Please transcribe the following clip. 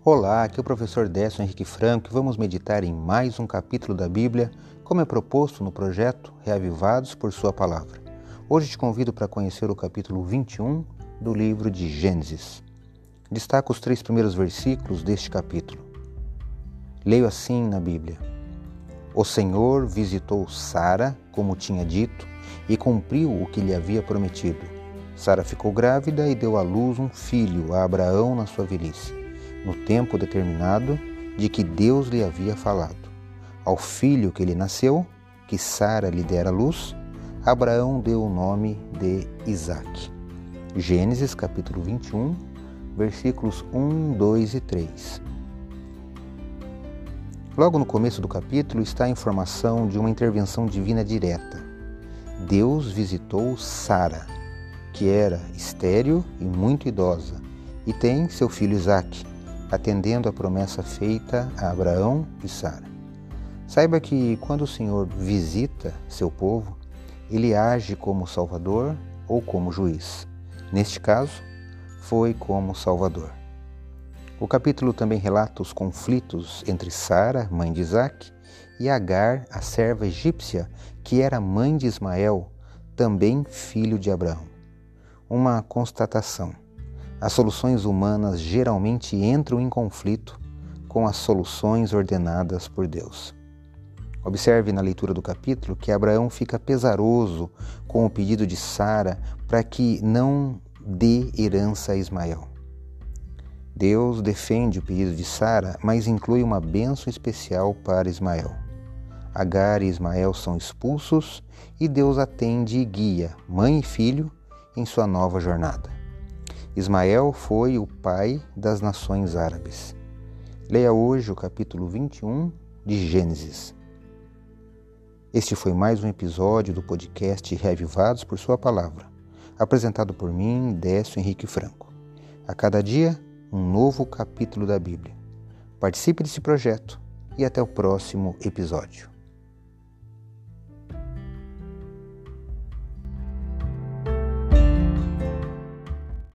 Olá, aqui é o professor Décio Henrique Franco e vamos meditar em mais um capítulo da Bíblia, como é proposto no projeto Reavivados por Sua Palavra. Hoje te convido para conhecer o capítulo 21 do livro de Gênesis. Destaco os 3 primeiros versículos deste capítulo. Leio assim na Bíblia: O Senhor visitou Sara, como tinha dito, e cumpriu o que lhe havia prometido. Sara ficou grávida e deu à luz um filho a Abraão na sua velhice, no tempo determinado de que Deus lhe havia falado. Ao filho que lhe nasceu, que Sara lhe dera à luz, Abraão deu o nome de Isaque. Gênesis capítulo 21, versículos 1, 2 e 3. Logo no começo do capítulo está a informação de uma intervenção divina direta. Deus visitou Sara, que era estéril e muito idosa, e tem seu filho Isaque, atendendo à promessa feita a Abraão e Sara. Saiba que quando o Senhor visita seu povo, ele age como Salvador ou como juiz. Neste caso, foi como Salvador. O capítulo também relata os conflitos entre Sara, mãe de Isaque, e Agar, a serva egípcia, que era mãe de Ismael, também filho de Abraão. Uma constatação: as soluções humanas geralmente entram em conflito com as soluções ordenadas por Deus. Observe na leitura do capítulo que Abraão fica pesaroso com o pedido de Sara para que não dê herança a Ismael. Deus defende o pedido de Sara, mas inclui uma bênção especial para Ismael. Agar e Ismael são expulsos e Deus atende e guia mãe e filho em sua nova jornada. Ismael foi o pai das nações árabes. Leia hoje o capítulo 21 de Gênesis. Este foi mais um episódio do podcast Reavivados por Sua Palavra, apresentado por mim, Décio Henrique Franco. A cada dia, um novo capítulo da Bíblia. Participe desse projeto e até o próximo episódio.